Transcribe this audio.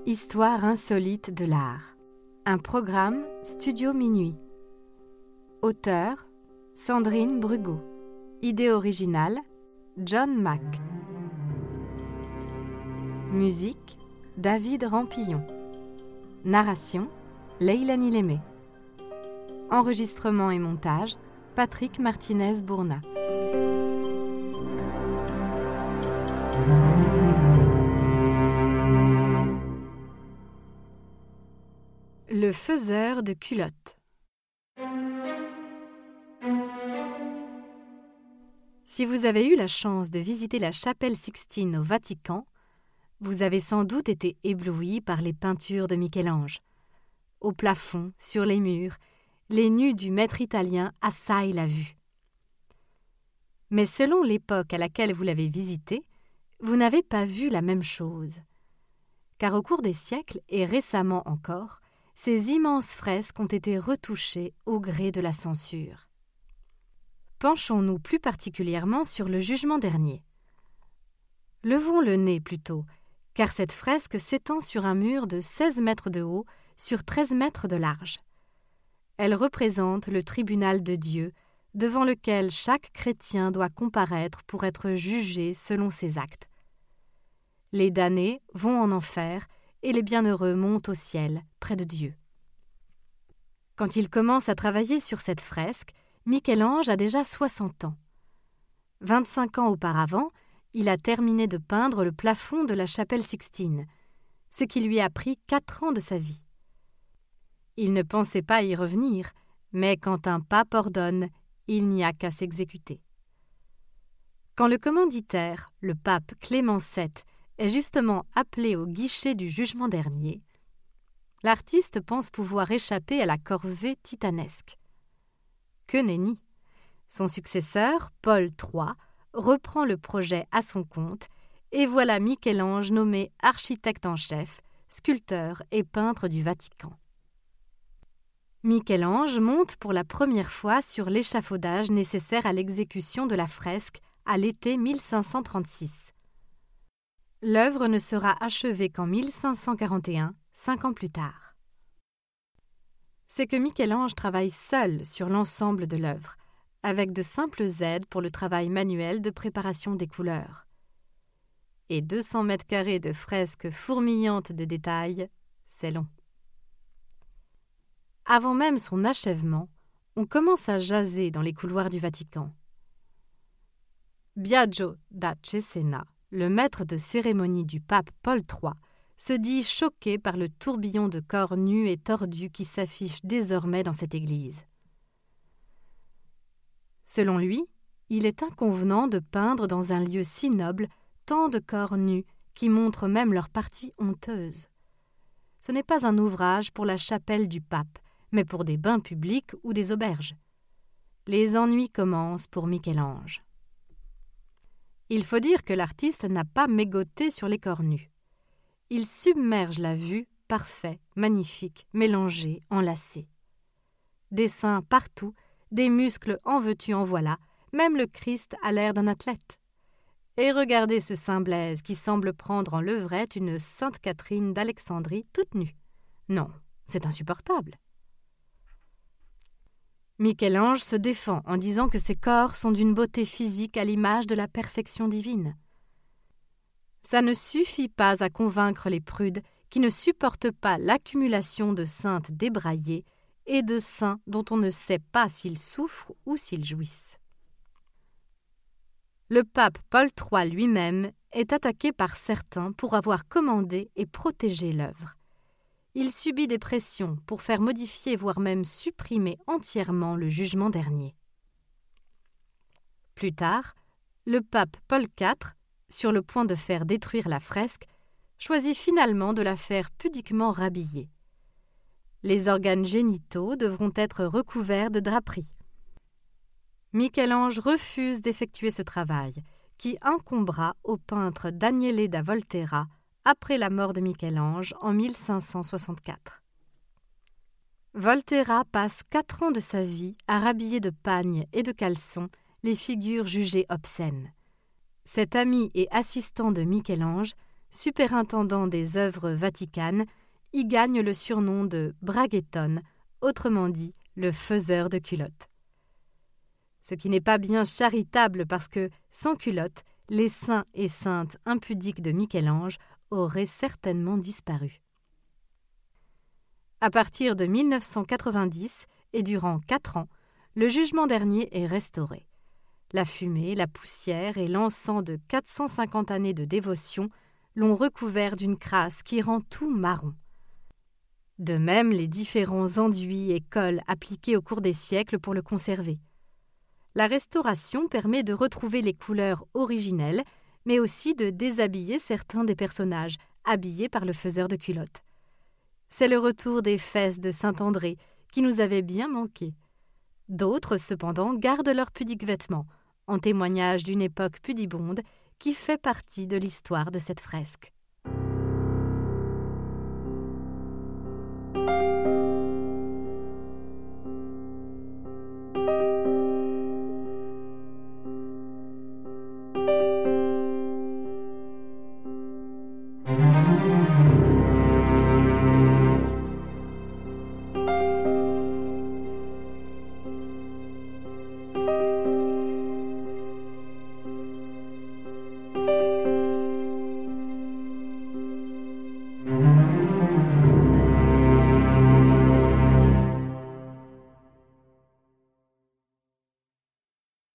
Histoire insolite de l'art. Un programme Studio Minuit. Auteur Sandrine Brugo. Idée originale John Mack. Musique David Rampillon. Narration Leilani Lémé. Enregistrement et montage Patrick Martinez-Bourna. Le faiseur de culottes. Si vous avez eu la chance de visiter la chapelle Sixtine au Vatican, vous avez sans doute été ébloui par les peintures de Michel-Ange. Au plafond, sur les murs, les nus du maître italien assaillent la vue. Mais selon l'époque à laquelle vous l'avez visité, vous n'avez pas vu la même chose. Car au cours des siècles, et récemment encore, ces immenses fresques ont été retouchées au gré de la censure. Penchons-nous plus particulièrement sur le jugement dernier. Levons le nez plutôt, car cette fresque s'étend sur un mur de 16 mètres de haut sur 13 mètres de large. Elle représente le tribunal de Dieu, devant lequel chaque chrétien doit comparaître pour être jugé selon ses actes. Les damnés vont en enfer et les bienheureux montent au ciel, près de Dieu. Quand il commence à travailler sur cette fresque, Michel-Ange a déjà 60 ans. 25 ans auparavant, il a terminé de peindre le plafond de la chapelle Sixtine, ce qui lui a pris 4 ans de sa vie. Il ne pensait pas y revenir, mais quand un pape ordonne, il n'y a qu'à s'exécuter. Quand le commanditaire, le pape Clément VII, est justement appelé au guichet du jugement dernier, l'artiste pense pouvoir échapper à la corvée titanesque. Que nenni! Son successeur, Paul III, reprend le projet à son compte et voilà Michel-Ange nommé architecte en chef, sculpteur et peintre du Vatican. Michel-Ange monte pour la première fois sur l'échafaudage nécessaire à l'exécution de la fresque à l'été 1536. L'œuvre ne sera achevée qu'en 1541, 5 ans plus tard. C'est que Michel-Ange travaille seul sur l'ensemble de l'œuvre, avec de simples aides pour le travail manuel de préparation des couleurs. Et 200 mètres carrés de fresques fourmillantes de détails, c'est long. Avant même son achèvement, on commence à jaser dans les couloirs du Vatican. Biagio da Cesena, le maître de cérémonie du pape Paul III, se dit choqué par le tourbillon de corps nus et tordus qui s'affiche désormais dans cette église. Selon lui, il est inconvenant de peindre dans un lieu si noble tant de corps nus qui montrent même leurs parties honteuses. Ce n'est pas un ouvrage pour la chapelle du pape, mais pour des bains publics ou des auberges. Les ennuis commencent pour Michel-Ange. Il faut dire que l'artiste n'a pas mégoté sur les corps nus. Il submerge la vue, parfait, magnifique, mélangé, enlacé. Des seins partout, des muscles en veux-tu en voilà, même le Christ a l'air d'un athlète. Et regardez ce saint Blaise qui semble prendre en levrette une Sainte Catherine d'Alexandrie toute nue. Non, c'est insupportable. Michel-Ange se défend en disant que ces corps sont d'une beauté physique à l'image de la perfection divine. Ça ne suffit pas à convaincre les prudes qui ne supportent pas l'accumulation de saintes débraillées et de saints dont on ne sait pas s'ils souffrent ou s'ils jouissent. Le pape Paul III lui-même est attaqué par certains pour avoir commandé et protégé l'œuvre. Il subit des pressions pour faire modifier, voire même supprimer entièrement le jugement dernier. Plus tard, le pape Paul IV, sur le point de faire détruire la fresque, choisit finalement de la faire pudiquement rhabiller. Les organes génitaux devront être recouverts de draperies. Michel-Ange refuse d'effectuer ce travail, qui incombera au peintre Daniele da Volterra, après la mort de Michel-Ange en 1564. Volterra passe 4 ans de sa vie à rhabiller de pagnes et de caleçons les figures jugées obscènes. Cet ami et assistant de Michel-Ange superintendant des œuvres vaticanes, y gagne le surnom de Braghetton, autrement dit le faiseur de culottes. Ce qui n'est pas bien charitable parce que, sans culottes, les saints et saintes impudiques de Michel-Ange auraient certainement disparu. À partir de 1990 et durant 4 ans, le jugement dernier est restauré. La fumée, la poussière et l'encens de 450 années de dévotion l'ont recouvert d'une crasse qui rend tout marron. De même, les différents enduits et cols appliqués au cours des siècles pour le conserver. La restauration permet de retrouver les couleurs originelles, mais aussi de déshabiller certains des personnages habillés par le faiseur de culottes. C'est le retour des fesses de Saint-André qui nous avait bien manqué. D'autres, cependant, gardent leurs pudiques vêtements, en témoignage d'une époque pudibonde qui fait partie de l'histoire de cette fresque.